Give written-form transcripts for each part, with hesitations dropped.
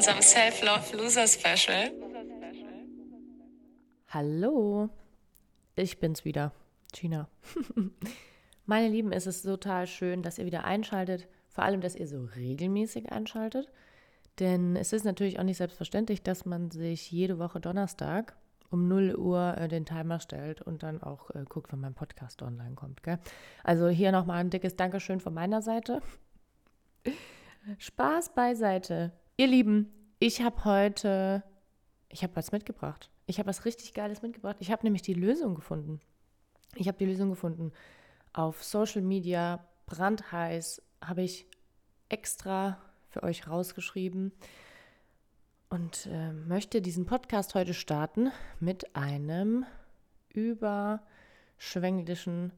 unserem Self-Love Loser Special. Hallo, ich bin's wieder, Gina. Meine Lieben, es ist total schön, dass ihr wieder einschaltet, vor allem, dass ihr so regelmäßig einschaltet, denn es ist natürlich auch nicht selbstverständlich, dass man sich jede Woche Donnerstag um 0 Uhr den Timer stellt und dann auch guckt, wenn mein Podcast online kommt, gell? Also hier nochmal ein dickes Dankeschön von meiner Seite. Spaß beiseite. Ihr Lieben, ich habe was mitgebracht. Ich habe was richtig Geiles mitgebracht. Ich habe nämlich die Lösung gefunden. Ich habe die Lösung gefunden. Auf Social Media, brandheiß, habe ich extra für euch rausgeschrieben und möchte diesen Podcast heute starten mit einer überschwänglichen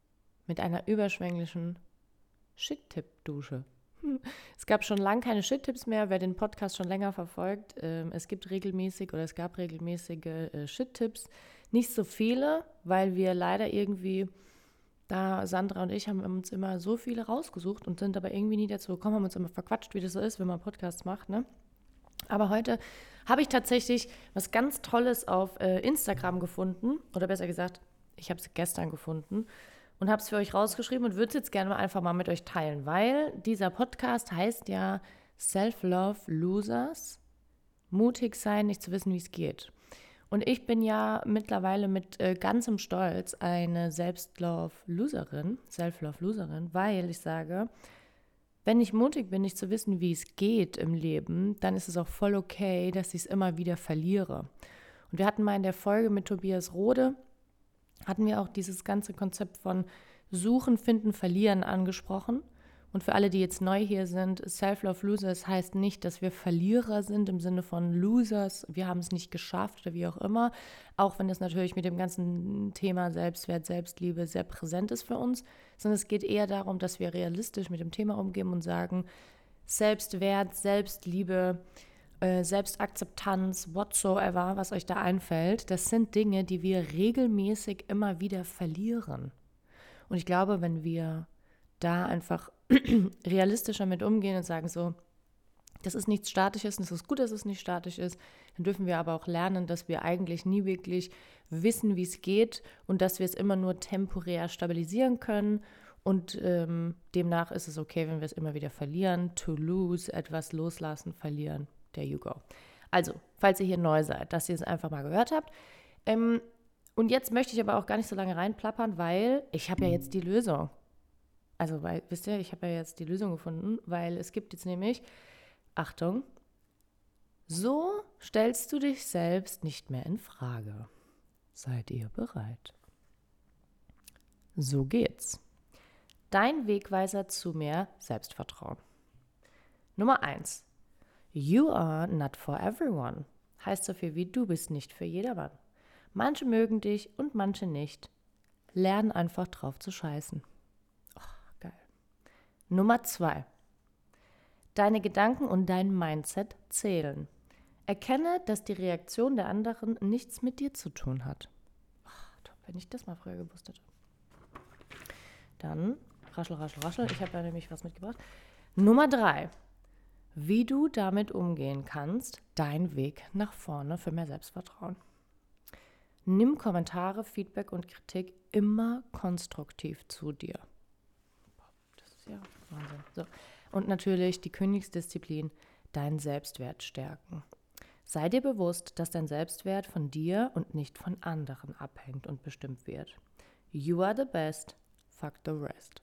Shit-Tipp-Dusche. Es gab schon lange keine Shit-Tipps mehr, wer den Podcast schon länger verfolgt. Es gab regelmäßige Shit-Tipps. Nicht so viele, weil wir leider irgendwie, Sandra und ich haben uns immer so viele rausgesucht und sind aber irgendwie nie dazu gekommen, haben uns immer verquatscht, wie das so ist, wenn man Podcasts macht, ne? Aber heute habe ich tatsächlich was ganz Tolles auf Instagram gefunden, oder besser gesagt, ich habe es gestern gefunden und habe es für euch rausgeschrieben und würde es jetzt gerne einfach mal mit euch teilen, weil dieser Podcast heißt ja Self-Love Losers, mutig sein, nicht zu wissen, wie es geht. Und ich bin ja mittlerweile mit ganzem Stolz eine Self-Love-Loserin, weil ich sage, wenn ich mutig bin, nicht zu wissen, wie es geht im Leben, dann ist es auch voll okay, dass ich es immer wieder verliere. Und wir hatten mal in der Folge mit Tobias Rode, hatten wir auch dieses ganze Konzept von Suchen, Finden, Verlieren angesprochen. Und für alle, die jetzt neu hier sind, Self-Love Losers heißt nicht, dass wir Verlierer sind im Sinne von Losers, wir haben es nicht geschafft oder wie auch immer, auch wenn das natürlich mit dem ganzen Thema Selbstwert, Selbstliebe sehr präsent ist für uns, sondern es geht eher darum, dass wir realistisch mit dem Thema umgehen und sagen, Selbstwert, Selbstliebe, Selbstakzeptanz, whatsoever, was euch da einfällt, das sind Dinge, die wir regelmäßig immer wieder verlieren. Und ich glaube, wenn wir da einfach realistischer mit umgehen und sagen so, das ist nichts Statisches und es ist gut, dass es nicht statisch ist, dann dürfen wir aber auch lernen, dass wir eigentlich nie wirklich wissen, wie es geht und dass wir es immer nur temporär stabilisieren können und demnach ist es okay, wenn wir es immer wieder verlieren. To lose, etwas loslassen, verlieren, there you go. Also, falls ihr hier neu seid, dass ihr es einfach mal gehört habt. Und jetzt möchte ich aber auch gar nicht so lange reinplappern, weil ich habe ja jetzt die Lösung. Also, wisst ihr, ich habe ja jetzt die Lösung gefunden, weil es gibt jetzt nämlich, Achtung, so stellst du dich selbst nicht mehr in Frage. Seid ihr bereit? So geht's. Dein Wegweiser zu mehr Selbstvertrauen. Nummer 1. You are not for everyone. Heißt so viel wie du bist nicht für jedermann. Manche mögen dich und manche nicht. Lern einfach drauf zu scheißen. Nummer 2. Deine Gedanken und dein Mindset zählen. Erkenne, dass die Reaktion der anderen nichts mit dir zu tun hat. Top, wenn ich das mal früher gewusst hätte. Dann, raschel, raschel, raschel, ich habe da nämlich was mitgebracht. Nummer 3. Wie du damit umgehen kannst, dein Weg nach vorne für mehr Selbstvertrauen. Nimm Kommentare, Feedback und Kritik immer konstruktiv zu dir. Ja, Wahnsinn. So. Und natürlich die Königsdisziplin, deinen Selbstwert stärken. Sei dir bewusst, dass dein Selbstwert von dir und nicht von anderen abhängt und bestimmt wird. You are the best, fuck the rest.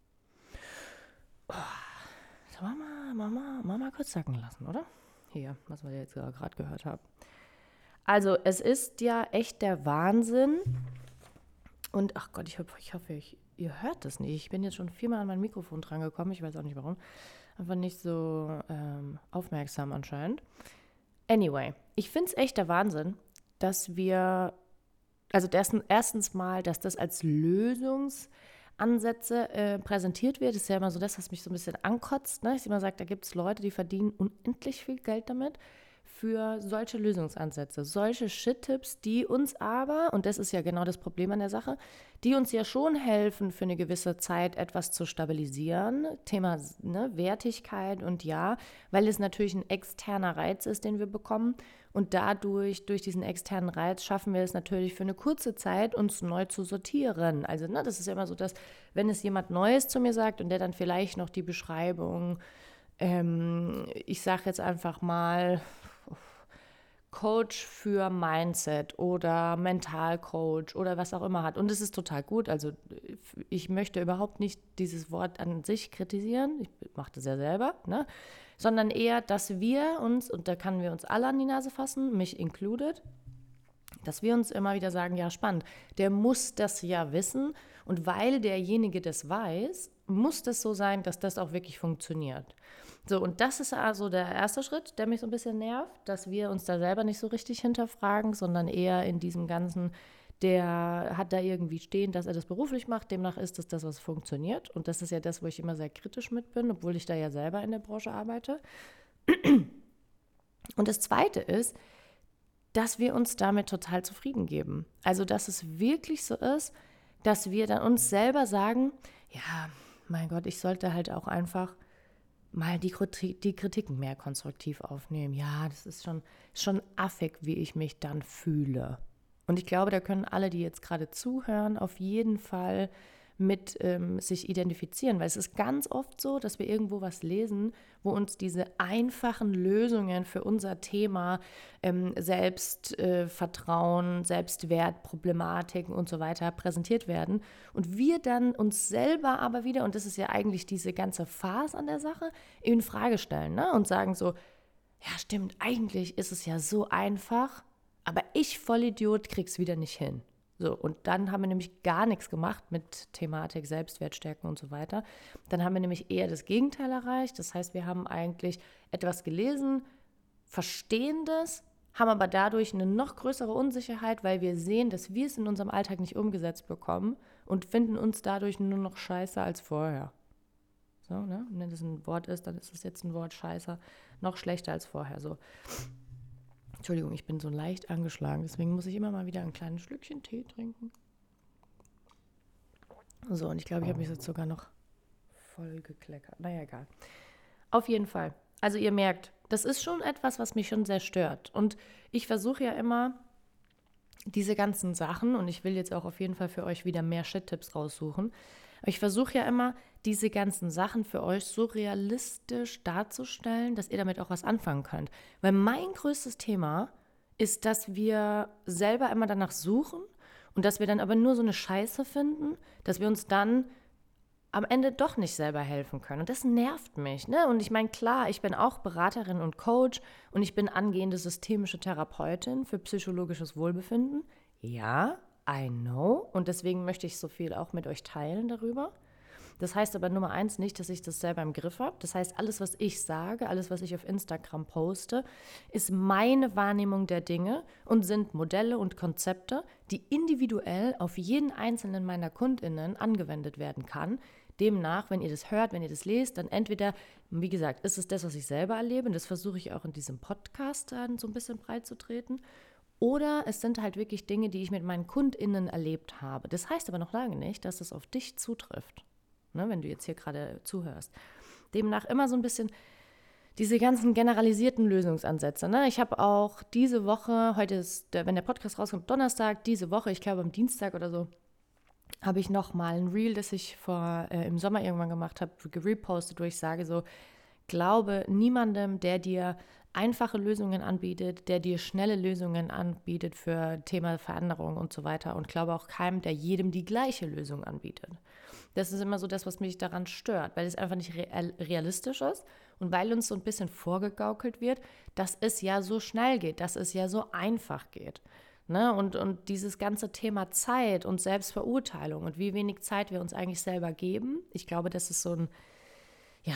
So, Mama kurz sacken lassen, oder? Hier, was wir jetzt gerade gehört haben. Also, es ist ja echt der Wahnsinn. Und, ach Gott, ich hoffe, ihr hört das nicht. Ich bin jetzt schon 4-mal an mein Mikrofon dran gekommen. Ich weiß auch nicht warum. Einfach nicht so aufmerksam anscheinend. Anyway, ich finde es echt der Wahnsinn, dass wir, also erstens mal, dass das als Lösungsansätze präsentiert wird. Das ist ja immer so das, was mich so ein bisschen ankotzt. Ne? Ich immer sage, da gibt es Leute, die verdienen unendlich viel Geld damit. für solche Lösungsansätze, solche Shit-Tipps, die uns aber, und das ist ja genau das Problem an der Sache, die uns ja schon helfen, für eine gewisse Zeit etwas zu stabilisieren. Thema Wertigkeit und ja, weil es natürlich ein externer Reiz ist, den wir bekommen. Und dadurch, durch diesen externen Reiz, schaffen wir es natürlich für eine kurze Zeit, uns neu zu sortieren. Also das ist ja immer so, dass wenn es jemand Neues zu mir sagt und der dann vielleicht noch die Beschreibung, ich sage jetzt einfach mal, Coach für Mindset oder Mentalcoach oder was auch immer hat. Und es ist total gut. Also ich möchte überhaupt nicht dieses Wort an sich kritisieren. Ich mache das ja selber, ne? Sondern eher, dass wir uns, und da können wir uns alle an die Nase fassen, mich included, dass wir uns immer wieder sagen, ja spannend, der muss das ja wissen. Und weil derjenige das weiß, muss das so sein, dass das auch wirklich funktioniert. So, und das ist also der erste Schritt, der mich so ein bisschen nervt, dass wir uns da selber nicht so richtig hinterfragen, sondern eher in diesem Ganzen, der hat da irgendwie stehen, dass er das beruflich macht, demnach ist es das, was funktioniert. Und das ist ja das, wo ich immer sehr kritisch mit bin, obwohl ich da ja selber in der Branche arbeite. Und das Zweite ist, dass wir uns damit total zufrieden geben. Also, dass es wirklich so ist, dass wir dann uns selber sagen, ja, mein Gott, ich sollte halt auch einfach mal die Kritiken mehr konstruktiv aufnehmen. Ja, das ist schon affig, wie ich mich dann fühle. Und ich glaube, da können alle, die jetzt gerade zuhören, auf jeden Fall mit sich identifizieren, weil es ist ganz oft so, dass wir irgendwo was lesen, wo uns diese einfachen Lösungen für unser Thema Selbstvertrauen, Selbstwert, Problematiken und so weiter präsentiert werden und wir dann uns selber aber wieder, und das ist ja eigentlich diese ganze Farce an der Sache, in Frage stellen, ne? Und sagen so, ja stimmt, eigentlich ist es ja so einfach, aber ich Vollidiot krieg's wieder nicht hin. So, und dann haben wir nämlich gar nichts gemacht mit Thematik, Selbstwertstärken und so weiter. Dann haben wir nämlich eher das Gegenteil erreicht. Das heißt, wir haben eigentlich etwas gelesen, verstehen das, haben aber dadurch eine noch größere Unsicherheit, weil wir sehen, dass wir es in unserem Alltag nicht umgesetzt bekommen und finden uns dadurch nur noch scheißer als vorher. So, ne? Und wenn das ein Wort ist, dann ist es jetzt ein Wort scheißer, noch schlechter als vorher. So. Entschuldigung, ich bin so leicht angeschlagen, deswegen muss ich immer mal wieder ein kleines Schlückchen Tee trinken. So, und ich glaube, ich habe mich jetzt sogar noch voll gekleckert. Naja, egal. Auf jeden Fall. Also ihr merkt, das ist schon etwas, was mich schon sehr stört. Und ich versuche ja immer, diese ganzen Sachen, und ich will jetzt auch auf jeden Fall für euch wieder mehr Shit-Tipps raussuchen, aber ich versuche ja immer, diese ganzen Sachen für euch so realistisch darzustellen, dass ihr damit auch was anfangen könnt. Weil mein größtes Thema ist, dass wir selber immer danach suchen und dass wir dann aber nur so eine Scheiße finden, dass wir uns dann am Ende doch nicht selber helfen können. Und das nervt mich, ne? Und ich meine, klar, ich bin auch Beraterin und Coach und ich bin angehende systemische Therapeutin für psychologisches Wohlbefinden. Ja, I know. Und deswegen möchte ich so viel auch mit euch teilen darüber. Das heißt aber Nummer eins nicht, dass ich das selber im Griff habe. Das heißt, alles, was ich sage, alles, was ich auf Instagram poste, ist meine Wahrnehmung der Dinge und sind Modelle und Konzepte, die individuell auf jeden einzelnen meiner KundInnen angewendet werden kann. Demnach, wenn ihr das hört, wenn ihr das lest, dann entweder, wie gesagt, ist es das, was ich selber erlebe, und das versuche ich auch in diesem Podcast dann so ein bisschen breit zu treten, oder es sind halt wirklich Dinge, die ich mit meinen KundInnen erlebt habe. Das heißt aber noch lange nicht, dass es auf dich zutrifft, ne, wenn du jetzt hier gerade zuhörst. Demnach immer so ein bisschen diese ganzen generalisierten Lösungsansätze. Ne? Ich habe auch diese Woche, heute ist, wenn der Podcast rauskommt, Donnerstag, diese Woche, ich glaube am Dienstag oder so, habe ich nochmal ein Reel, das ich im Sommer irgendwann gemacht habe, gerepostet, wo ich sage so, glaube niemandem, der dir einfache Lösungen anbietet, der dir schnelle Lösungen anbietet für Thema Veränderung und so weiter, und glaube auch keinem, der jedem die gleiche Lösung anbietet. Das ist immer so das, was mich daran stört, weil es einfach nicht realistisch ist und weil uns so ein bisschen vorgegaukelt wird, dass es ja so schnell geht, dass es ja so einfach geht. Ne? Und dieses ganze Thema Zeit und Selbstverurteilung und wie wenig Zeit wir uns eigentlich selber geben, ich glaube, das ist so ein, ja,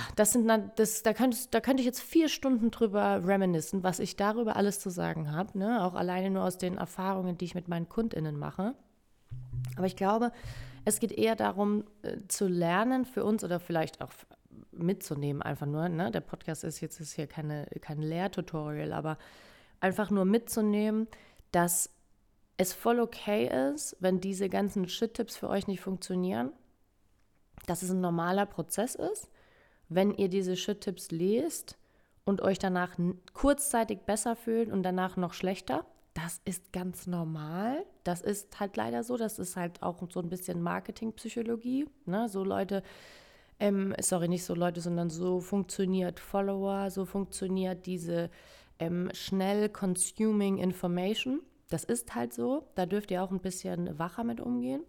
da könnte ich jetzt 4 Stunden drüber reminiszen, was ich darüber alles zu sagen habe, ne? Auch alleine nur aus den Erfahrungen, die ich mit meinen KundInnen mache. Aber ich glaube, es geht eher darum, zu lernen für uns oder vielleicht auch mitzunehmen einfach nur. Ne? Der Podcast ist hier kein Lehrtutorial, aber einfach nur mitzunehmen, dass es voll okay ist, wenn diese ganzen Shit-Tipps für euch nicht funktionieren, dass es ein normaler Prozess ist, wenn ihr diese Shit-Tipps lest und euch danach kurzzeitig besser fühlt und danach noch schlechter. Das ist ganz normal. Das ist halt leider so. Das ist halt auch so ein bisschen Marketingpsychologie. Ne? So Leute, nicht so Leute, sondern so funktioniert Follower, so funktioniert diese schnell consuming information. Das ist halt so. Da dürft ihr auch ein bisschen wacher mit umgehen.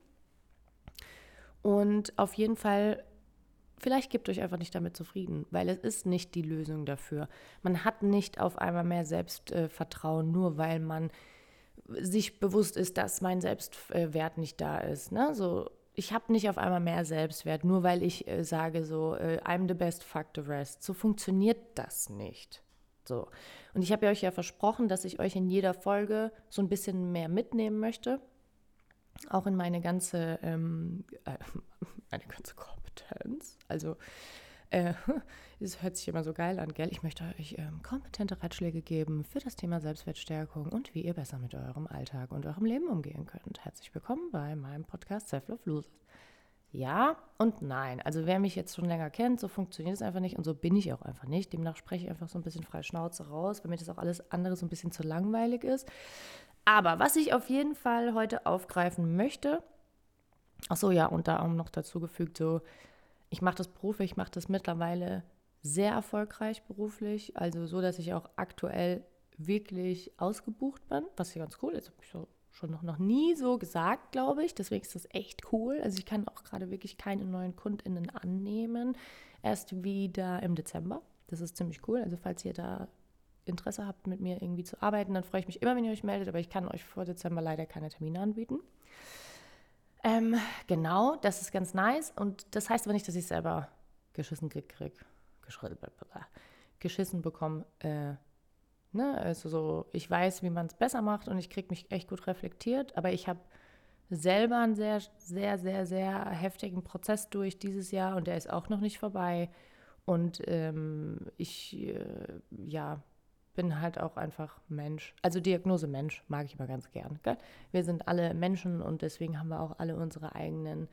Und auf jeden Fall, vielleicht gebt euch einfach nicht damit zufrieden, weil es ist nicht die Lösung dafür. Man hat nicht auf einmal mehr Selbstvertrauen, nur weil man sich bewusst ist, dass mein Selbstwert nicht da ist. Ne? So, ich habe nicht auf einmal mehr Selbstwert, nur weil ich sage so, I'm the best, fuck the rest. So funktioniert das nicht. So. Und ich habe euch ja versprochen, dass ich euch in jeder Folge so ein bisschen mehr mitnehmen möchte. Auch in meine ganze Kompetenz. Also, es hört sich immer so geil an, gell? Ich möchte euch kompetente Ratschläge geben für das Thema Selbstwertstärkung und wie ihr besser mit eurem Alltag und eurem Leben umgehen könnt. Herzlich willkommen bei meinem Podcast Self-Love Losers. Ja und nein. Also wer mich jetzt schon länger kennt, so funktioniert es einfach nicht und so bin ich auch einfach nicht. Demnach spreche ich einfach so ein bisschen frei Schnauze raus, weil mir das auch alles andere so ein bisschen zu langweilig ist. Aber was ich auf jeden Fall heute aufgreifen möchte, ach so, ja, und da auch noch dazu gefügt, so, ich mache das beruflich, ich mache das mittlerweile sehr erfolgreich beruflich, also so, dass ich auch aktuell wirklich ausgebucht bin, was hier ganz cool ist, habe ich schon noch nie so gesagt, glaube ich, deswegen ist das echt cool, also ich kann auch gerade wirklich keine neuen KundInnen annehmen, erst wieder im Dezember, das ist ziemlich cool, also falls ihr da Interesse habt, mit mir irgendwie zu arbeiten, dann freue ich mich immer, wenn ihr euch meldet, aber ich kann euch vor Dezember leider keine Termine anbieten. Genau, das ist ganz nice und das heißt aber nicht, dass ich selber geschissen bekomme. Ne? Also so, ich weiß, wie man es besser macht und ich kriege mich echt gut reflektiert, aber ich habe selber einen sehr, sehr, sehr, sehr heftigen Prozess durch dieses Jahr und der ist auch noch nicht vorbei und ich bin halt auch einfach Mensch. Also Diagnose Mensch mag ich immer ganz gern. Gell? Wir sind alle Menschen und deswegen haben wir auch alle unsere eigenen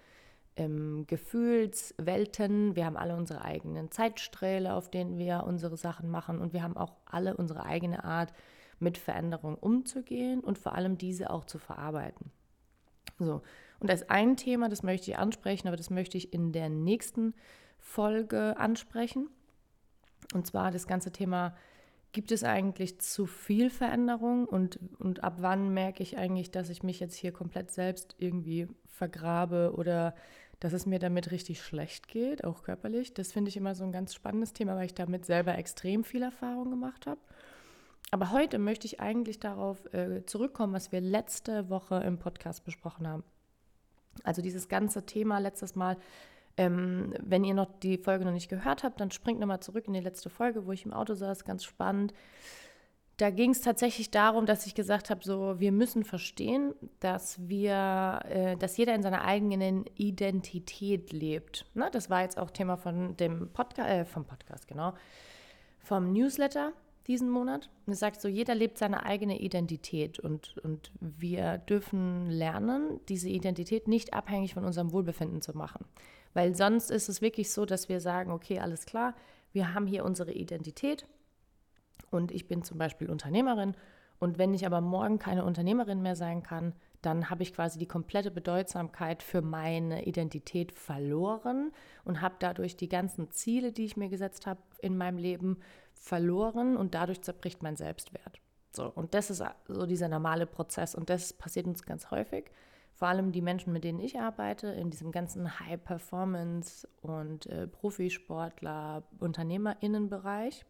Gefühlswelten. Wir haben alle unsere eigenen Zeitsträhle, auf denen wir unsere Sachen machen und wir haben auch alle unsere eigene Art, mit Veränderung umzugehen und vor allem diese auch zu verarbeiten. So, und als ein Thema, das möchte ich ansprechen, aber das möchte ich in der nächsten Folge ansprechen. Und zwar das ganze Thema: Gibt es eigentlich zu viel Veränderung und ab wann merke ich eigentlich, dass ich mich jetzt hier komplett selbst irgendwie vergrabe oder dass es mir damit richtig schlecht geht, auch körperlich? Das finde ich immer so ein ganz spannendes Thema, weil ich damit selber extrem viel Erfahrung gemacht habe. Aber heute möchte ich eigentlich darauf zurückkommen, was wir letzte Woche im Podcast besprochen haben. Also dieses ganze Thema letztes Mal. Wenn ihr noch die Folge noch nicht gehört habt, dann springt nochmal zurück in die letzte Folge, wo ich im Auto saß, ganz spannend. Da ging es tatsächlich darum, dass ich gesagt habe, so, wir müssen verstehen, dass jeder in seiner eigenen Identität lebt. Ne? Das war jetzt auch Thema von dem Podcast, genau, vom Newsletter diesen Monat. Und es sagt so, jeder lebt seine eigene Identität und wir dürfen lernen, diese Identität nicht abhängig von unserem Wohlbefinden zu machen. Weil sonst ist es wirklich so, dass wir sagen, okay, alles klar, wir haben hier unsere Identität und ich bin zum Beispiel Unternehmerin und wenn ich aber morgen keine Unternehmerin mehr sein kann, dann habe ich quasi die komplette Bedeutsamkeit für meine Identität verloren und habe dadurch die ganzen Ziele, die ich mir gesetzt habe in meinem Leben, verloren und dadurch zerbricht mein Selbstwert. So, und das ist so dieser normale Prozess und das passiert uns ganz häufig. Vor allem die Menschen, mit denen ich arbeite, in diesem ganzen High-Performance- und Profisportler-, UnternehmerInnenbereich.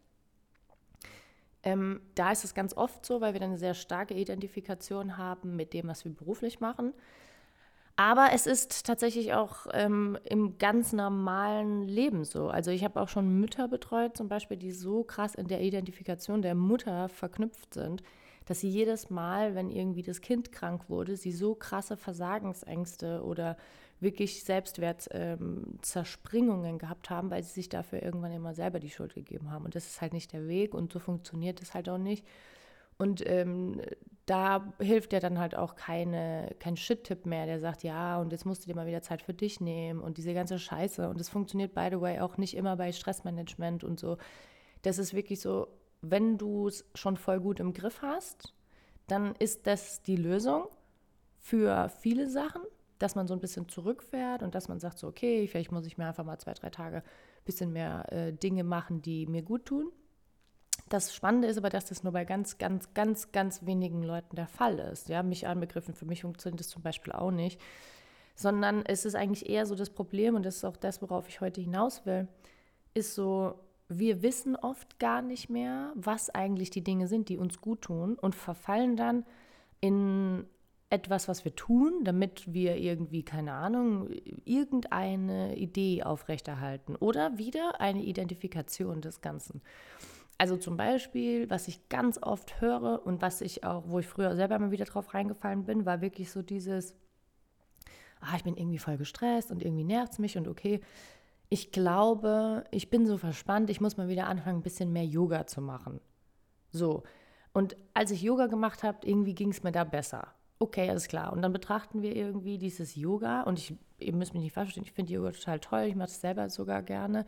Da ist es ganz oft so, weil wir dann eine sehr starke Identifikation haben mit dem, was wir beruflich machen. Aber es ist tatsächlich auch im ganz normalen Leben so. Also ich habe auch schon Mütter betreut, zum Beispiel, die so krass in der Identifikation der Mutter verknüpft sind, dass sie jedes Mal, wenn irgendwie das Kind krank wurde, sie so krasse Versagensängste oder wirklich Selbstwertzerspringungen gehabt haben, weil sie sich dafür irgendwann immer selber die Schuld gegeben haben. Und das ist halt nicht der Weg und so funktioniert es halt auch nicht. Und da hilft ja dann halt auch kein Shit-Tipp mehr, der sagt, ja, und jetzt musst du dir mal wieder Zeit für dich nehmen und diese ganze Scheiße. Und das funktioniert, by the way, auch nicht immer bei Stressmanagement und so. Das ist wirklich so, wenn du es schon voll gut im Griff hast, dann ist das die Lösung für viele Sachen, dass man so ein bisschen zurückfährt und dass man sagt so, okay, vielleicht muss ich mir einfach mal 2-3 Tage ein bisschen mehr Dinge machen, die mir gut tun. Das Spannende ist aber, dass das nur bei ganz, ganz, ganz, ganz wenigen Leuten der Fall ist. Ja, mich anbegriffen, für mich funktioniert das zum Beispiel auch nicht. Sondern es ist eigentlich eher so das Problem, und das ist auch das, worauf ich heute hinaus will, ist so, wir wissen oft gar nicht mehr, was eigentlich die Dinge sind, die uns gut tun und verfallen dann in etwas, was wir tun, damit wir irgendwie, keine Ahnung, irgendeine Idee aufrechterhalten oder wieder eine Identifikation des Ganzen. Also zum Beispiel, was ich ganz oft höre und was ich auch, wo ich früher selber mal wieder drauf reingefallen bin, war wirklich so dieses, ich bin irgendwie voll gestresst und irgendwie nervt es mich und okay, ich glaube, ich bin so verspannt, ich muss mal wieder anfangen, ein bisschen mehr Yoga zu machen. So, und als ich Yoga gemacht habe, irgendwie ging es mir da besser. Okay, alles klar. Und dann betrachten wir irgendwie dieses Yoga und ihr müsst mich nicht falsch verstehen, ich finde Yoga total toll, ich mache es selber sogar gerne.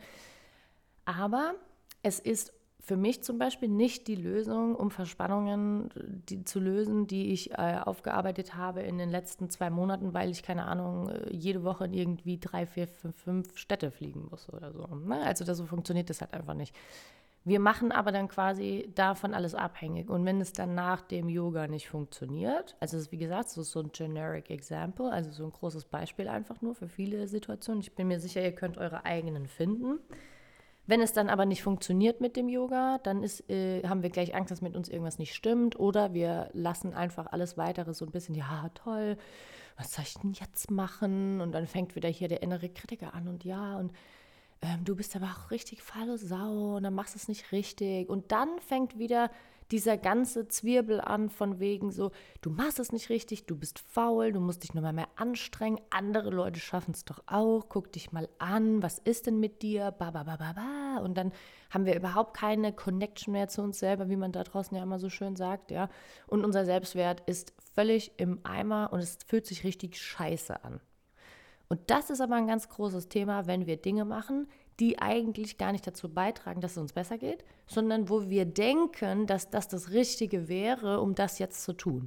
Aber es ist für mich zum Beispiel nicht die Lösung, um Verspannungen zu lösen, die ich aufgearbeitet habe in den letzten 2 Monaten, weil ich, keine Ahnung, jede Woche in irgendwie 3, 4, 5 Städte fliegen muss oder so. Ne? Also so funktioniert das halt einfach nicht. Wir machen aber dann quasi davon alles abhängig. Und wenn es dann nach dem Yoga nicht funktioniert, also es ist, wie gesagt, so ein generic example, also so ein großes Beispiel einfach nur für viele Situationen. Ich bin mir sicher, ihr könnt eure eigenen finden. Wenn es dann aber nicht funktioniert mit dem Yoga, dann haben wir gleich Angst, dass mit uns irgendwas nicht stimmt. Oder wir lassen einfach alles Weitere so ein bisschen, ja, toll, was soll ich denn jetzt machen? Und dann fängt wieder hier der innere Kritiker an und ja, und du bist aber auch richtig faule Sau und dann machst du es nicht richtig. Und dann fängt wieder dieser ganze Zwirbel an von wegen so, du machst es nicht richtig, du bist faul, du musst dich nochmal mehr anstrengen, andere Leute schaffen es doch auch, guck dich mal an, was ist denn mit dir, ba, ba, ba, ba, ba. Und dann haben wir überhaupt keine Connection mehr zu uns selber, wie man da draußen ja immer so schön sagt, ja. Und unser Selbstwert ist völlig im Eimer und es fühlt sich richtig scheiße an. Und das ist aber ein ganz großes Thema, wenn wir Dinge machen, die eigentlich gar nicht dazu beitragen, dass es uns besser geht, sondern wo wir denken, dass das Richtige wäre, um das jetzt zu tun.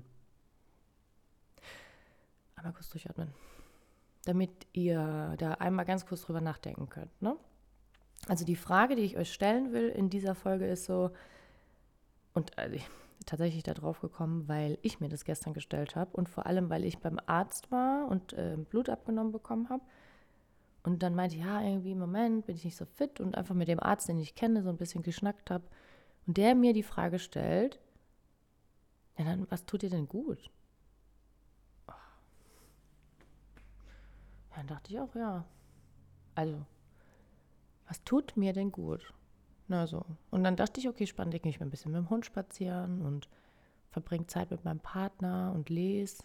Einmal kurz durchatmen, damit ihr da einmal ganz kurz drüber nachdenken könnt. Ne? Also die Frage, die ich euch stellen will in dieser Folge ist so, und tatsächlich da drauf gekommen, weil ich mir das gestern gestellt habe und vor allem, weil ich beim Arzt war und Blut abgenommen bekommen habe. Und dann meinte ich, ja, irgendwie im Moment bin ich nicht so fit und einfach mit dem Arzt, den ich kenne, so ein bisschen geschnackt habe. Und der mir die Frage stellt, ja dann, was tut dir denn gut? Ja, dann dachte ich auch, ja. Also, was tut mir denn gut? Na so. Und dann dachte ich, okay, spannend, ich gehe ein bisschen mit dem Hund spazieren und verbringe Zeit mit meinem Partner und lese.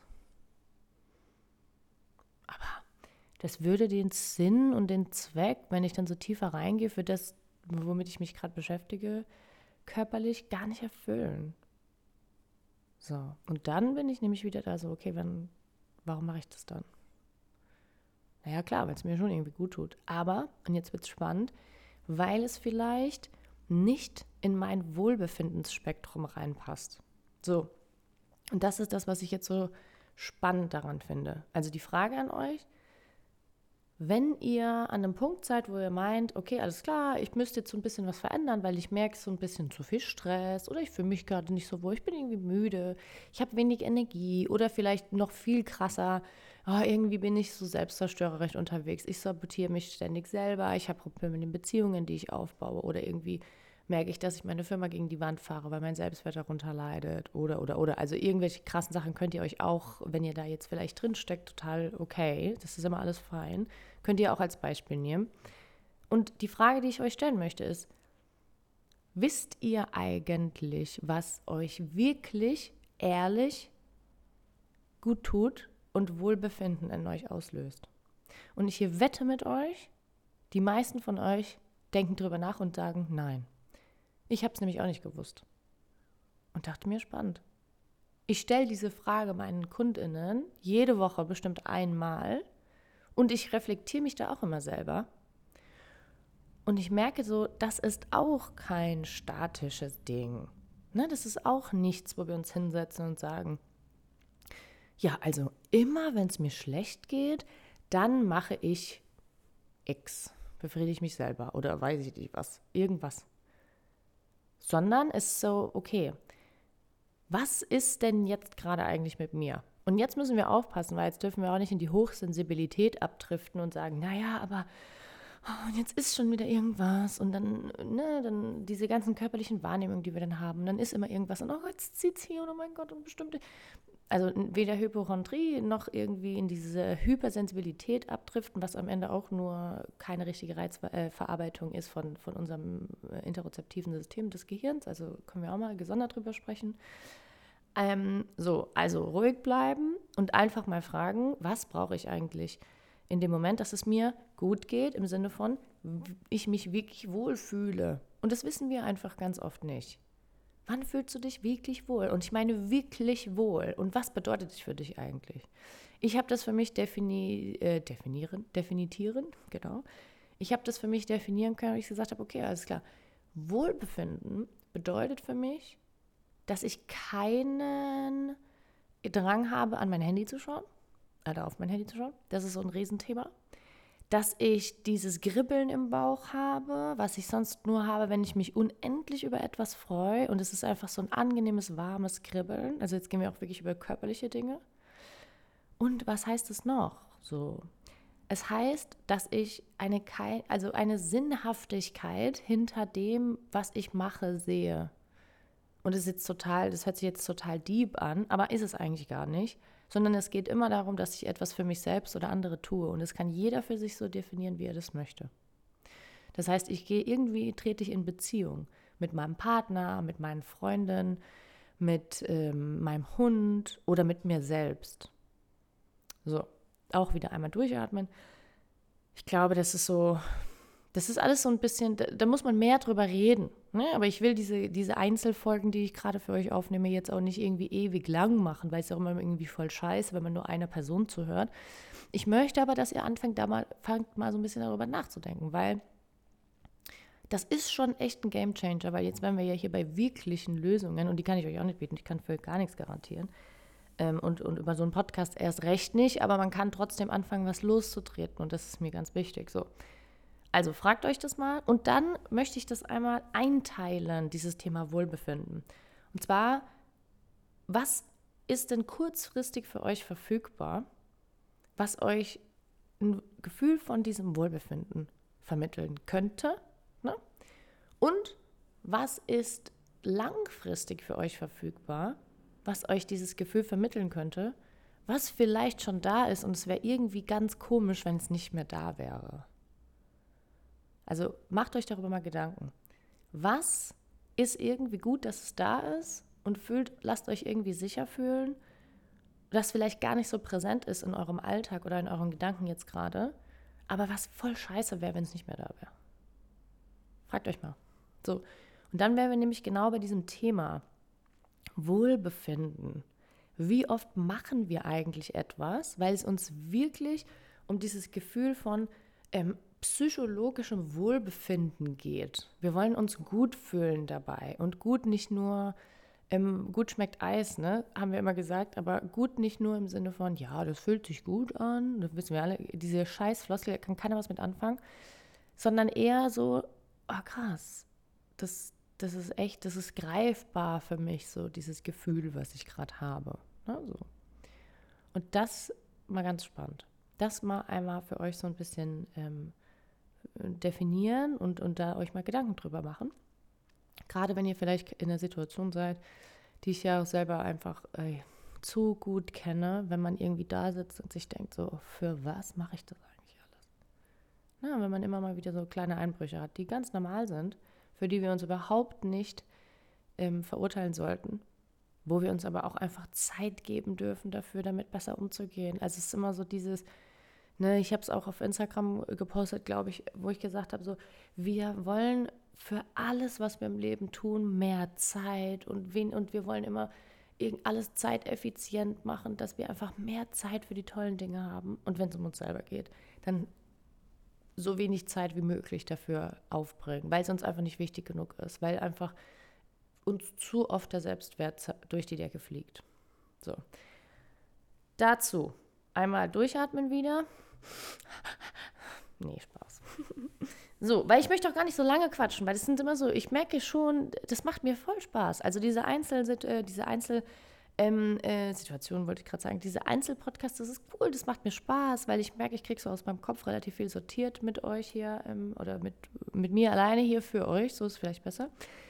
Aber das würde den Sinn und den Zweck, wenn ich dann so tiefer reingehe, für das, womit ich mich gerade beschäftige, körperlich gar nicht erfüllen. So, und dann bin ich nämlich wieder da so, okay, warum mache ich das dann? Naja, klar, weil es mir schon irgendwie gut tut. Aber, und jetzt wird es spannend, weil es vielleicht nicht in mein Wohlbefindensspektrum reinpasst. So, und das ist das, was ich jetzt so spannend daran finde. Also die Frage an euch, wenn ihr an einem Punkt seid, wo ihr meint, okay, alles klar, ich müsste jetzt so ein bisschen was verändern, weil ich merke so ein bisschen zu viel Stress oder ich fühle mich gerade nicht so wohl, ich bin irgendwie müde, ich habe wenig Energie oder vielleicht noch viel krasser, irgendwie bin ich so selbstzerstörerisch unterwegs, ich sabotiere mich ständig selber, ich habe Probleme in den Beziehungen, die ich aufbaue oder irgendwie merke ich, dass ich meine Firma gegen die Wand fahre, weil mein Selbstwert darunter leidet oder. Also irgendwelche krassen Sachen könnt ihr euch auch, wenn ihr da jetzt vielleicht drin steckt, total okay, das ist immer alles fein, könnt ihr auch als Beispiel nehmen. Und die Frage, die ich euch stellen möchte, ist, wisst ihr eigentlich, was euch wirklich ehrlich gut tut und Wohlbefinden in euch auslöst? Und ich hier wette mit euch, die meisten von euch denken drüber nach und sagen, nein. Ich habe es nämlich auch nicht gewusst. und dachte mir, spannend. Ich stelle diese Frage meinen KundInnen jede Woche bestimmt einmal und ich reflektiere mich da auch immer selber. Und ich merke so, das ist auch kein statisches Ding. Ne, das ist auch nichts, wo wir uns hinsetzen und sagen, ja, also immer, wenn es mir schlecht geht, dann mache ich X, befriedige ich mich selber oder weiß ich nicht was, irgendwas. Sondern es ist so, okay, was ist denn jetzt gerade eigentlich mit mir? Und jetzt müssen wir aufpassen, weil jetzt dürfen wir auch nicht in die Hochsensibilität abdriften und sagen, naja, aber und jetzt ist schon wieder irgendwas und dann, ne, dann diese ganzen körperlichen Wahrnehmungen, die wir dann haben, dann ist immer irgendwas und oh, jetzt zieht's hier und oh mein Gott und bestimmte, also weder Hypochondrie noch irgendwie in diese Hypersensibilität abdriften, was am Ende auch nur keine richtige Reizverarbeitung ist von unserem interozeptiven System des Gehirns, also können wir auch mal gesondert drüber sprechen. Also ruhig bleiben und einfach mal fragen, was brauche ich eigentlich in dem Moment, dass es mir gut geht, im Sinne von, ich mich wirklich wohlfühle. Und das wissen wir einfach ganz oft nicht. Wann fühlst du dich wirklich wohl? Und ich meine wirklich wohl. Und was bedeutet es für dich eigentlich? Ich habe das für mich definieren, genau. Ich habe das für mich definieren können, weil ich gesagt habe, okay, alles klar. Wohlbefinden bedeutet für mich, dass ich keinen Drang habe, an mein Handy zu schauen, oder auf mein Handy zu schauen. Das ist so ein Riesenthema. Dass ich dieses Kribbeln im Bauch habe, was ich sonst nur habe, wenn ich mich unendlich über etwas freue. Und es ist einfach so ein angenehmes, warmes Kribbeln. Also jetzt gehen wir auch wirklich über körperliche Dinge. Und was heißt es noch? So, es heißt, dass ich eine Sinnhaftigkeit hinter dem, was ich mache, sehe. Und das hört sich jetzt total deep an, aber ist es eigentlich gar nicht. Sondern es geht immer darum, dass ich etwas für mich selbst oder andere tue. Und das kann jeder für sich so definieren, wie er das möchte. Das heißt, trete ich in Beziehung mit meinem Partner, mit meinen Freunden, mit meinem Hund oder mit mir selbst. So, auch wieder einmal durchatmen. Ich glaube, das ist alles so ein bisschen, da muss man mehr drüber reden. Ne? Aber ich will diese Einzelfolgen, die ich gerade für euch aufnehme, jetzt auch nicht irgendwie ewig lang machen, weil es ja auch immer irgendwie voll scheiße, wenn man nur einer Person zuhört. Ich möchte aber, dass ihr fangt mal so ein bisschen darüber nachzudenken, weil das ist schon echt ein Gamechanger, weil jetzt wären wir ja hier bei wirklichen Lösungen und die kann ich euch auch nicht bieten, ich kann für gar nichts garantieren. Und über so einen Podcast erst recht nicht, aber man kann trotzdem anfangen, was loszutreten und das ist mir ganz wichtig. So. Also fragt euch das mal und dann möchte ich das einmal einteilen, dieses Thema Wohlbefinden. Und zwar, was ist denn kurzfristig für euch verfügbar, was euch ein Gefühl von diesem Wohlbefinden vermitteln könnte? Ne? Und was ist langfristig für euch verfügbar, was euch dieses Gefühl vermitteln könnte, was vielleicht schon da ist und es wäre irgendwie ganz komisch, wenn es nicht mehr da wäre. Also macht euch darüber mal Gedanken. Was ist irgendwie gut, dass es da ist und lasst euch irgendwie sicher fühlen, das vielleicht gar nicht so präsent ist in eurem Alltag oder in euren Gedanken jetzt gerade, aber was voll scheiße wäre, wenn es nicht mehr da wäre. Fragt euch mal. So, und dann wären wir nämlich genau bei diesem Thema Wohlbefinden. Wie oft machen wir eigentlich etwas, weil es uns wirklich um dieses Gefühl von psychologischem Wohlbefinden geht. Wir wollen uns gut fühlen dabei und gut nicht nur, gut schmeckt Eis, ne, haben wir immer gesagt, aber gut nicht nur im Sinne von, ja, das fühlt sich gut an, das wissen wir alle, diese Scheißfloskel, da kann keiner was mit anfangen, sondern eher so, oh krass, das ist echt, das ist greifbar für mich, so dieses Gefühl, was ich gerade habe. Ne, so. Und das mal ganz spannend. Das mal einmal für euch so ein bisschen definieren und da euch mal Gedanken drüber machen. Gerade wenn ihr vielleicht in einer Situation seid, die ich ja auch selber einfach zu gut kenne, wenn man irgendwie da sitzt und sich denkt, so, für was mache ich das eigentlich alles? Na, wenn man immer mal wieder so kleine Einbrüche hat, die ganz normal sind, für die wir uns überhaupt nicht verurteilen sollten, wo wir uns aber auch einfach Zeit geben dürfen dafür, damit besser umzugehen. Also es ist immer so dieses, ne, ich habe es auch auf Instagram gepostet, glaube ich, wo ich gesagt habe, so, wir wollen für alles, was wir im Leben tun, mehr Zeit und wir wollen immer alles zeiteffizient machen, dass wir einfach mehr Zeit für die tollen Dinge haben. Und wenn es um uns selber geht, dann so wenig Zeit wie möglich dafür aufbringen, weil es uns einfach nicht wichtig genug ist, weil einfach uns zu oft der Selbstwert durch die Decke fliegt. So. Dazu einmal durchatmen wieder. Nee, Spaß. So, weil ich möchte auch gar nicht so lange quatschen, weil das sind immer so, ich merke schon, das macht mir voll Spaß. Also diese Situation wollte ich gerade sagen, diese Einzelpodcasts, das ist cool, das macht mir Spaß, weil ich merke, ich kriege so aus meinem Kopf relativ viel sortiert mit euch hier oder mit mir alleine hier für euch, so ist es vielleicht besser.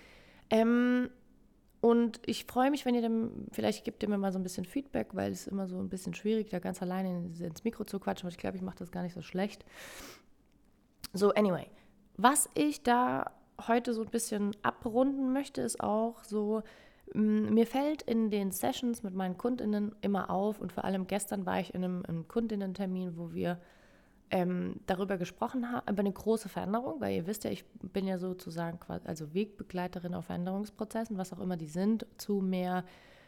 Und ich freue mich, wenn ihr dann, vielleicht gebt ihr mir mal so ein bisschen Feedback, weil es ist immer so ein bisschen schwierig, da ganz alleine ins Mikro zu quatschen, aber ich glaube, ich mache das gar nicht so schlecht. So, anyway, was ich da heute so ein bisschen abrunden möchte, ist auch so, mir fällt in den Sessions mit meinen KundInnen immer auf und vor allem gestern war ich in einem KundInnen-Termin, wo wir darüber gesprochen haben, über eine große Veränderung, weil ihr wisst ja, ich bin ja sozusagen quasi, also Wegbegleiterin auf Veränderungsprozessen, was auch immer die sind, zu mehr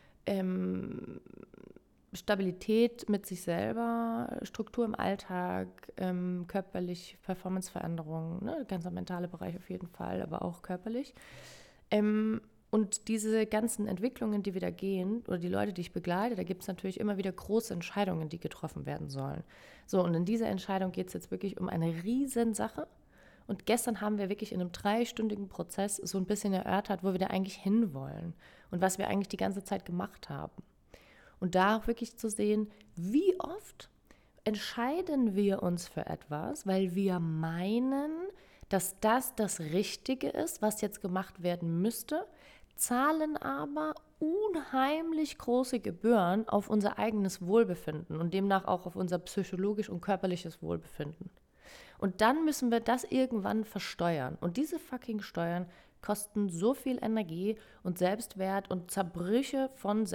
Stabilität mit sich selber, Struktur im Alltag, körperlich Performanceveränderungen, ne, ganzer mentale Bereich auf jeden Fall, aber auch körperlich. Und diese ganzen Entwicklungen, die wir da gehen, oder die Leute, die ich begleite, da gibt es natürlich immer wieder große Entscheidungen, die getroffen werden sollen. So, und in dieser Entscheidung geht es jetzt wirklich um eine Riesensache. Und gestern haben wir wirklich in einem 3-stündigen Prozess so ein bisschen erörtert, wo wir da eigentlich hinwollen und was wir eigentlich die ganze Zeit gemacht haben. Und da auch wirklich zu sehen, wie oft entscheiden wir uns für etwas, weil wir meinen, dass das Richtige ist, was jetzt gemacht werden müsste, zahlen aber unheimlich große Gebühren auf unser eigenes Wohlbefinden und demnach auch auf unser psychologisch und körperliches Wohlbefinden. Und dann müssen wir das irgendwann versteuern. Und diese fucking Steuern kosten so viel Energie und Selbstwert und Zerbrüche von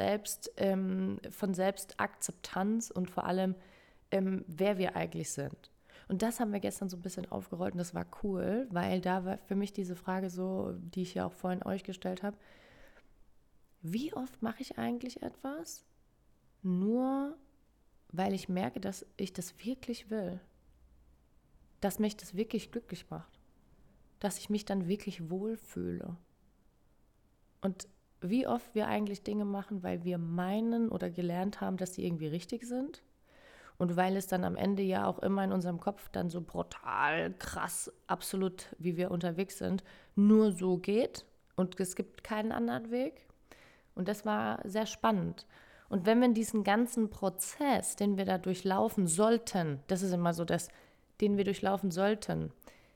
Selbstakzeptanz und vor allem, wer wir eigentlich sind. Und das haben wir gestern so ein bisschen aufgerollt und das war cool, weil da war für mich diese Frage so, die ich ja auch vorhin euch gestellt habe, wie oft mache ich eigentlich etwas, nur weil ich merke, dass ich das wirklich will, dass mich das wirklich glücklich macht, dass ich mich dann wirklich wohlfühle. Und wie oft wir eigentlich Dinge machen, weil wir meinen oder gelernt haben, dass sie irgendwie richtig sind. Und weil es dann am Ende ja auch immer in unserem Kopf dann so brutal, krass, absolut, wie wir unterwegs sind, nur so geht und es gibt keinen anderen Weg. Und das war sehr spannend. Und wenn wir in diesen ganzen Prozess, den wir da durchlaufen sollten, das ist immer so das, den wir durchlaufen sollten,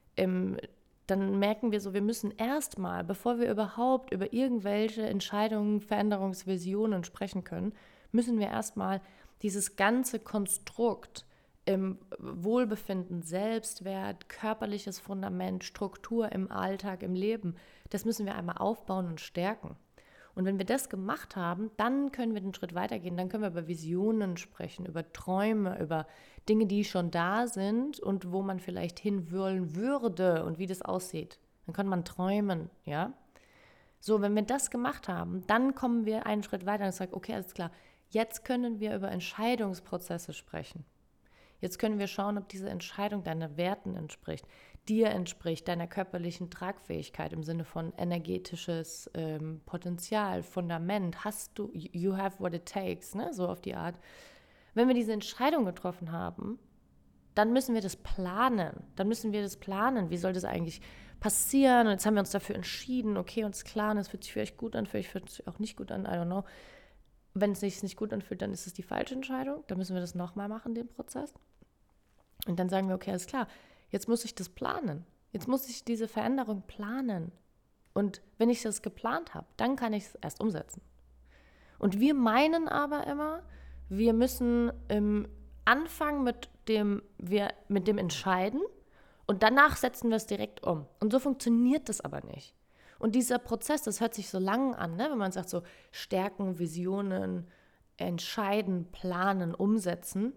dann merken wir so, wir müssen erstmal, bevor wir überhaupt über irgendwelche Entscheidungen, Veränderungsvisionen sprechen können, müssen wir erstmal dieses ganze Konstrukt im Wohlbefinden, Selbstwert, körperliches Fundament, Struktur im Alltag, im Leben, das müssen wir einmal aufbauen und stärken. Und wenn wir das gemacht haben, dann können wir den Schritt weitergehen, dann können wir über Visionen sprechen, über Träume, über Dinge, die schon da sind und wo man vielleicht hinwollen würde und wie das aussieht. Dann kann man träumen, ja. So, wenn wir das gemacht haben, dann kommen wir einen Schritt weiter und sagen, okay, alles klar, jetzt können wir über Entscheidungsprozesse sprechen. Jetzt können wir schauen, ob diese Entscheidung deinen Werten entspricht, dir entspricht, deiner körperlichen Tragfähigkeit im Sinne von energetisches Potenzial, Fundament, hast du, you have what it takes, ne? So auf die Art. Wenn wir diese Entscheidung getroffen haben, dann müssen wir das planen. Wie soll das eigentlich passieren? Und jetzt haben wir uns dafür entschieden, okay, uns klar, es fühlt sich vielleicht gut an, vielleicht fühlt es sich auch nicht gut an, I don't know. Wenn es sich nicht gut anfühlt, dann ist es die falsche Entscheidung. Dann müssen wir das nochmal machen, den Prozess. Und dann sagen wir, okay, alles klar, jetzt muss ich das planen. Jetzt muss ich diese Veränderung planen. Und wenn ich das geplant habe, dann kann ich es erst umsetzen. Und wir meinen aber immer, wir müssen anfangen mit dem Entscheiden und danach setzen wir es direkt um. Und so funktioniert das aber nicht. Und dieser Prozess, das hört sich so lang an, ne? Wenn man sagt so Stärken, Visionen, entscheiden, planen, umsetzen.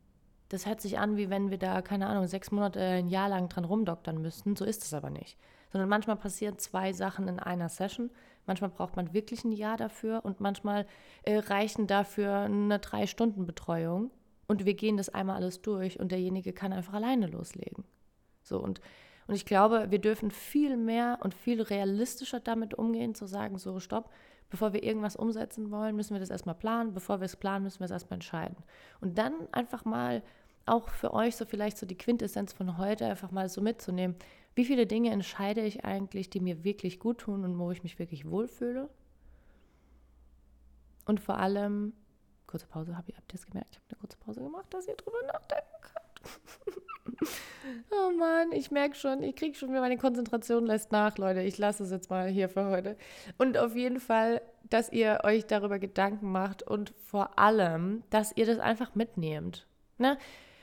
Das hört sich an, wie wenn wir da, keine Ahnung, 6 Monate, ein Jahr lang dran rumdoktern müssten. So ist es aber nicht. sondern manchmal passieren 2 Sachen in einer Session. Manchmal braucht man wirklich ein Jahr dafür und manchmal reichen dafür eine 3-Stunden-Betreuung und wir gehen das einmal alles durch und derjenige kann einfach alleine loslegen. So, und ich glaube, wir dürfen viel mehr und viel realistischer damit umgehen, zu sagen, so stopp, bevor wir irgendwas umsetzen wollen, müssen wir das erstmal planen, bevor wir es planen, müssen wir es erstmal entscheiden. Und dann einfach mal auch für euch so vielleicht so die Quintessenz von heute einfach mal so mitzunehmen, wie viele Dinge entscheide ich eigentlich, die mir wirklich gut tun und wo ich mich wirklich wohlfühle? Und vor allem, kurze Pause, habt ihr es gemerkt? Ich habe eine kurze Pause gemacht, dass ihr drüber nachdenken könnt. Oh Mann, ich merke schon, ich kriege schon wieder, meine Konzentration lässt nach, Leute. Ich lasse es jetzt mal hier für heute. Und auf jeden Fall, dass ihr euch darüber Gedanken macht und vor allem, dass ihr das einfach mitnehmt. Ne?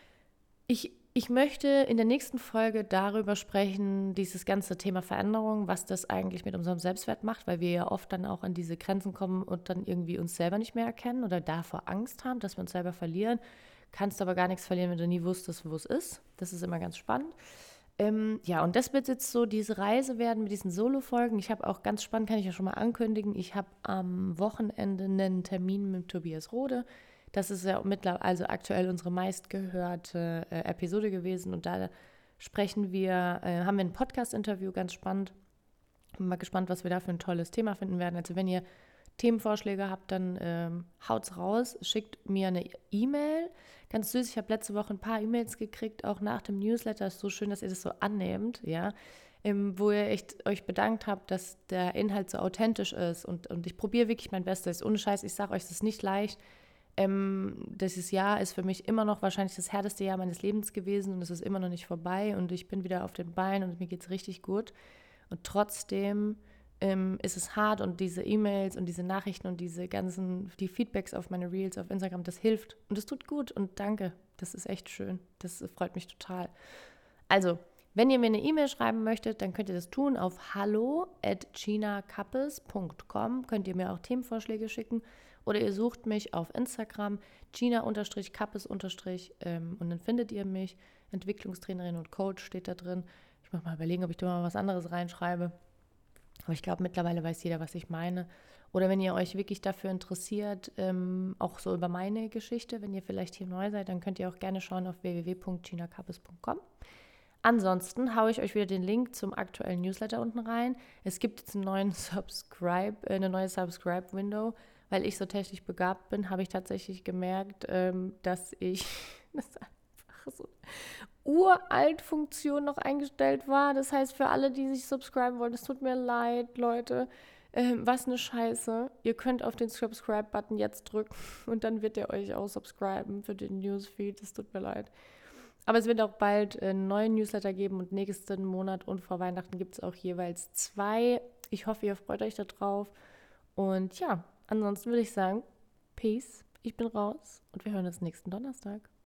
Ich möchte in der nächsten Folge darüber sprechen, dieses ganze Thema Veränderung, was das eigentlich mit unserem Selbstwert macht, weil wir ja oft dann auch an diese Grenzen kommen und dann irgendwie uns selber nicht mehr erkennen oder davor Angst haben, dass wir uns selber verlieren. Kannst aber gar nichts verlieren, wenn du nie wusstest, wo es ist. Das ist immer ganz spannend. Ja, und das wird jetzt so diese Reise werden mit diesen Solo-Folgen. Ich habe auch ganz spannend, kann ich ja schon mal ankündigen, ich habe am Wochenende einen Termin mit Tobias Rode. Das ist ja mittlerweile, also aktuell unsere meistgehörte Episode gewesen und da haben wir ein Podcast-Interview, ganz spannend. Bin mal gespannt, was wir da für ein tolles Thema finden werden. Also wenn ihr Themenvorschläge habt, dann haut's raus, schickt mir eine E-Mail. Ganz süß, ich habe letzte Woche ein paar E-Mails gekriegt, auch nach dem Newsletter. Ist so schön, dass ihr das so annehmt, ja. Wo ihr echt euch bedankt habt, dass der Inhalt so authentisch ist und ich probiere wirklich mein Bestes. Ohne Scheiß, ich sage euch, es ist nicht leicht. Dieses Jahr ist für mich immer noch wahrscheinlich das härteste Jahr meines Lebens gewesen und es ist immer noch nicht vorbei und ich bin wieder auf den Beinen und mir geht es richtig gut. Und trotzdem ist es hart und diese E-Mails und diese Nachrichten und die Feedbacks auf meine Reels auf Instagram, das hilft und es tut gut und danke, das ist echt schön, das freut mich total. Also, wenn ihr mir eine E-Mail schreiben möchtet, dann könnt ihr das tun auf hallo@ginakappes.com, könnt ihr mir auch Themenvorschläge schicken oder ihr sucht mich auf Instagram gina_kappes_ und dann findet ihr mich, Entwicklungstrainerin und Coach steht da drin. Ich muss mal überlegen, ob ich da mal was anderes reinschreibe. Aber ich glaube, mittlerweile weiß jeder, was ich meine. Oder wenn ihr euch wirklich dafür interessiert, auch so über meine Geschichte, wenn ihr vielleicht hier neu seid, dann könnt ihr auch gerne schauen auf www.ginakappes.com. Ansonsten haue ich euch wieder den Link zum aktuellen Newsletter unten rein. Es gibt jetzt eine neue Subscribe-Window. Weil ich so technisch begabt bin, habe ich tatsächlich gemerkt, dass ich das einfach so uralt Funktion noch eingestellt war. Das heißt, für alle, die sich subscriben wollen, es tut mir leid, Leute. Was eine Scheiße. Ihr könnt auf den Subscribe-Button jetzt drücken und dann wird ihr euch auch subscriben für den Newsfeed. Es tut mir leid. Aber es wird auch bald einen neuen Newsletter geben und nächsten Monat und vor Weihnachten gibt es auch jeweils 2. Ich hoffe, ihr freut euch darauf. Und ja, ansonsten würde ich sagen, Peace, ich bin raus und wir hören uns nächsten Donnerstag.